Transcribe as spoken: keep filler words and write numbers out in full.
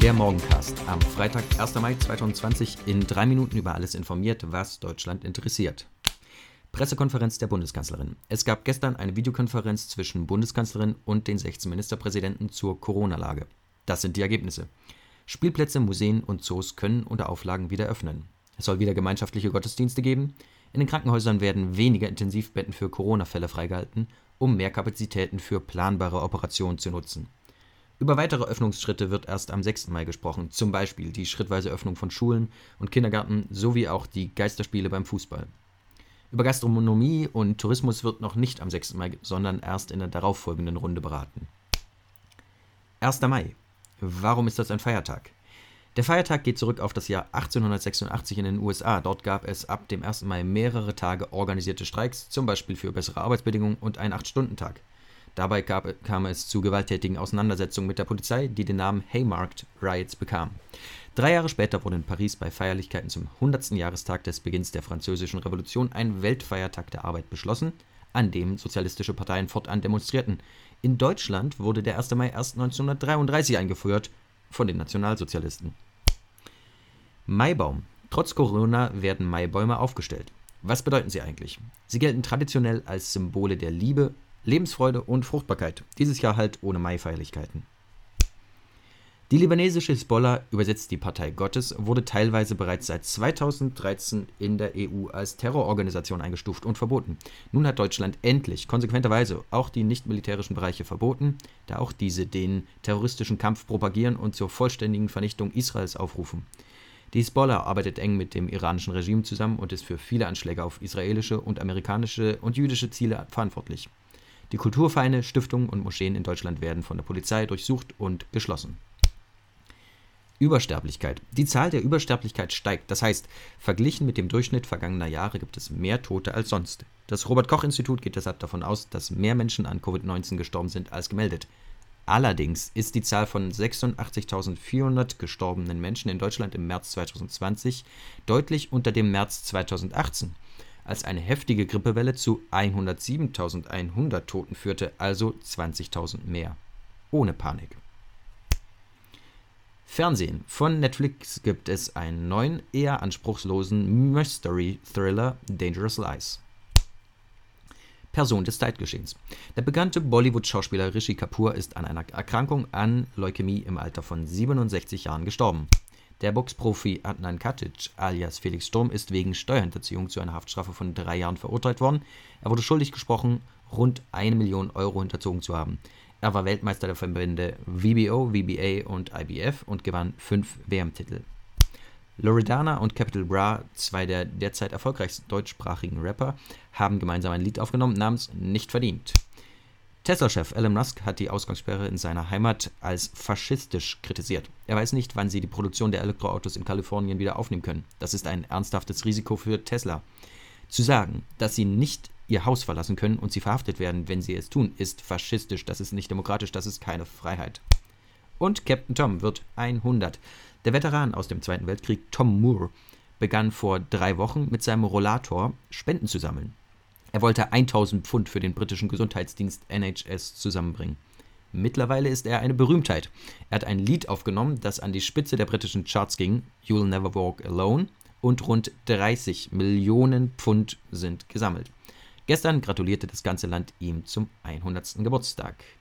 Der Morgencast am Freitag, erster Mai zweitausendzwanzig, in drei Minuten über alles informiert, was Deutschland interessiert. Pressekonferenz der Bundeskanzlerin. Es gab gestern eine Videokonferenz zwischen Bundeskanzlerin und den sechzehn Ministerpräsidenten zur Corona-Lage. Das sind die Ergebnisse. Spielplätze, Museen und Zoos können unter Auflagen wieder öffnen. Es soll wieder gemeinschaftliche Gottesdienste geben. In den Krankenhäusern werden weniger Intensivbetten für Corona-Fälle freigehalten, um mehr Kapazitäten für planbare Operationen zu nutzen. Über weitere Öffnungsschritte wird erst am sechsten Mai gesprochen, zum Beispiel die schrittweise Öffnung von Schulen und Kindergärten sowie auch die Geisterspiele beim Fußball. Über Gastronomie und Tourismus wird noch nicht am sechsten Mai, sondern erst in der darauffolgenden Runde beraten. erster Mai. Warum ist das ein Feiertag? Der Feiertag geht zurück auf das Jahr achtzehnhundertsechsundachtzig in den U S A. Dort gab es ab dem ersten Mai mehrere Tage organisierte Streiks, zum Beispiel für bessere Arbeitsbedingungen und einen acht Stunden Tag. Dabei gab, kam es zu gewalttätigen Auseinandersetzungen mit der Polizei, die den Namen Haymarket Riots bekamen. Drei Jahre später wurde in Paris bei Feierlichkeiten zum hundertsten Jahrestag des Beginns der Französischen Revolution ein Weltfeiertag der Arbeit beschlossen, an dem sozialistische Parteien fortan demonstrierten. In Deutschland wurde der erste Mai erst neunzehnhundertdreiunddreißig eingeführt von den Nationalsozialisten. Maibaum. Trotz Corona werden Maibäume aufgestellt. Was bedeuten sie eigentlich? Sie gelten traditionell als Symbole der Liebe, Lebensfreude und Fruchtbarkeit. Dieses Jahr halt ohne Maifeierlichkeiten. Die libanesische Hisbollah, übersetzt die Partei Gottes, wurde teilweise bereits seit zweitausenddreizehn in der E U als Terrororganisation eingestuft und verboten. Nun hat Deutschland endlich konsequenterweise auch die nicht-militärischen Bereiche verboten, da auch diese den terroristischen Kampf propagieren und zur vollständigen Vernichtung Israels aufrufen. Die Hisbollah arbeitet eng mit dem iranischen Regime zusammen und ist für viele Anschläge auf israelische und amerikanische und jüdische Ziele verantwortlich. Die Kulturvereine, Stiftungen und Moscheen in Deutschland werden von der Polizei durchsucht und geschlossen. Übersterblichkeit. Die Zahl der Übersterblichkeit steigt. Das heißt, verglichen mit dem Durchschnitt vergangener Jahre gibt es mehr Tote als sonst. Das Robert-Koch-Institut geht deshalb davon aus, dass mehr Menschen an Covid neunzehn gestorben sind als gemeldet. Allerdings ist die Zahl von sechsundachtzigtausendvierhundert gestorbenen Menschen in Deutschland im März zweitausendzwanzig deutlich unter dem März zweitausendachtzehn, als eine heftige Grippewelle zu hundertsiebentausendeinhundert Toten führte, also zwanzigtausend mehr. Ohne Panik. Fernsehen. Von Netflix gibt es einen neuen, eher anspruchslosen Mystery-Thriller Dangerous Lies. Person des Zeitgeschehens. Der bekannte Bollywood-Schauspieler Rishi Kapoor ist an einer Erkrankung an Leukämie im Alter von siebenundsechzig Jahren gestorben. Der Boxprofi Adnan Katic alias Felix Sturm ist wegen Steuerhinterziehung zu einer Haftstrafe von drei Jahren verurteilt worden. Er wurde schuldig gesprochen, rund eine Million Euro hinterzogen zu haben. Er war Weltmeister der Verbände V B O, V B A und I B F und gewann fünf W M-Titel. Loredana und Capital Bra, zwei der derzeit erfolgreichsten deutschsprachigen Rapper, haben gemeinsam ein Lied aufgenommen namens Nicht verdient. Tesla-Chef Elon Musk hat die Ausgangssperre in seiner Heimat als faschistisch kritisiert. Er weiß nicht, wann sie die Produktion der Elektroautos in Kalifornien wieder aufnehmen können. Das ist ein ernsthaftes Risiko für Tesla. Zu sagen, dass sie nicht ihr Haus verlassen können und sie verhaftet werden, wenn sie es tun, ist faschistisch, das ist nicht demokratisch, das ist keine Freiheit. Und Captain Tom wird hundert. Der Veteran aus dem Zweiten Weltkrieg Tom Moore begann vor drei Wochen mit seinem Rollator Spenden zu sammeln. Er wollte tausend Pfund für den britischen Gesundheitsdienst N H S zusammenbringen. Mittlerweile ist er eine Berühmtheit. Er hat ein Lied aufgenommen, das an die Spitze der britischen Charts ging, You'll Never Walk Alone, und rund dreißig Millionen Pfund sind gesammelt. Gestern gratulierte das ganze Land ihm zum hundertsten Geburtstag.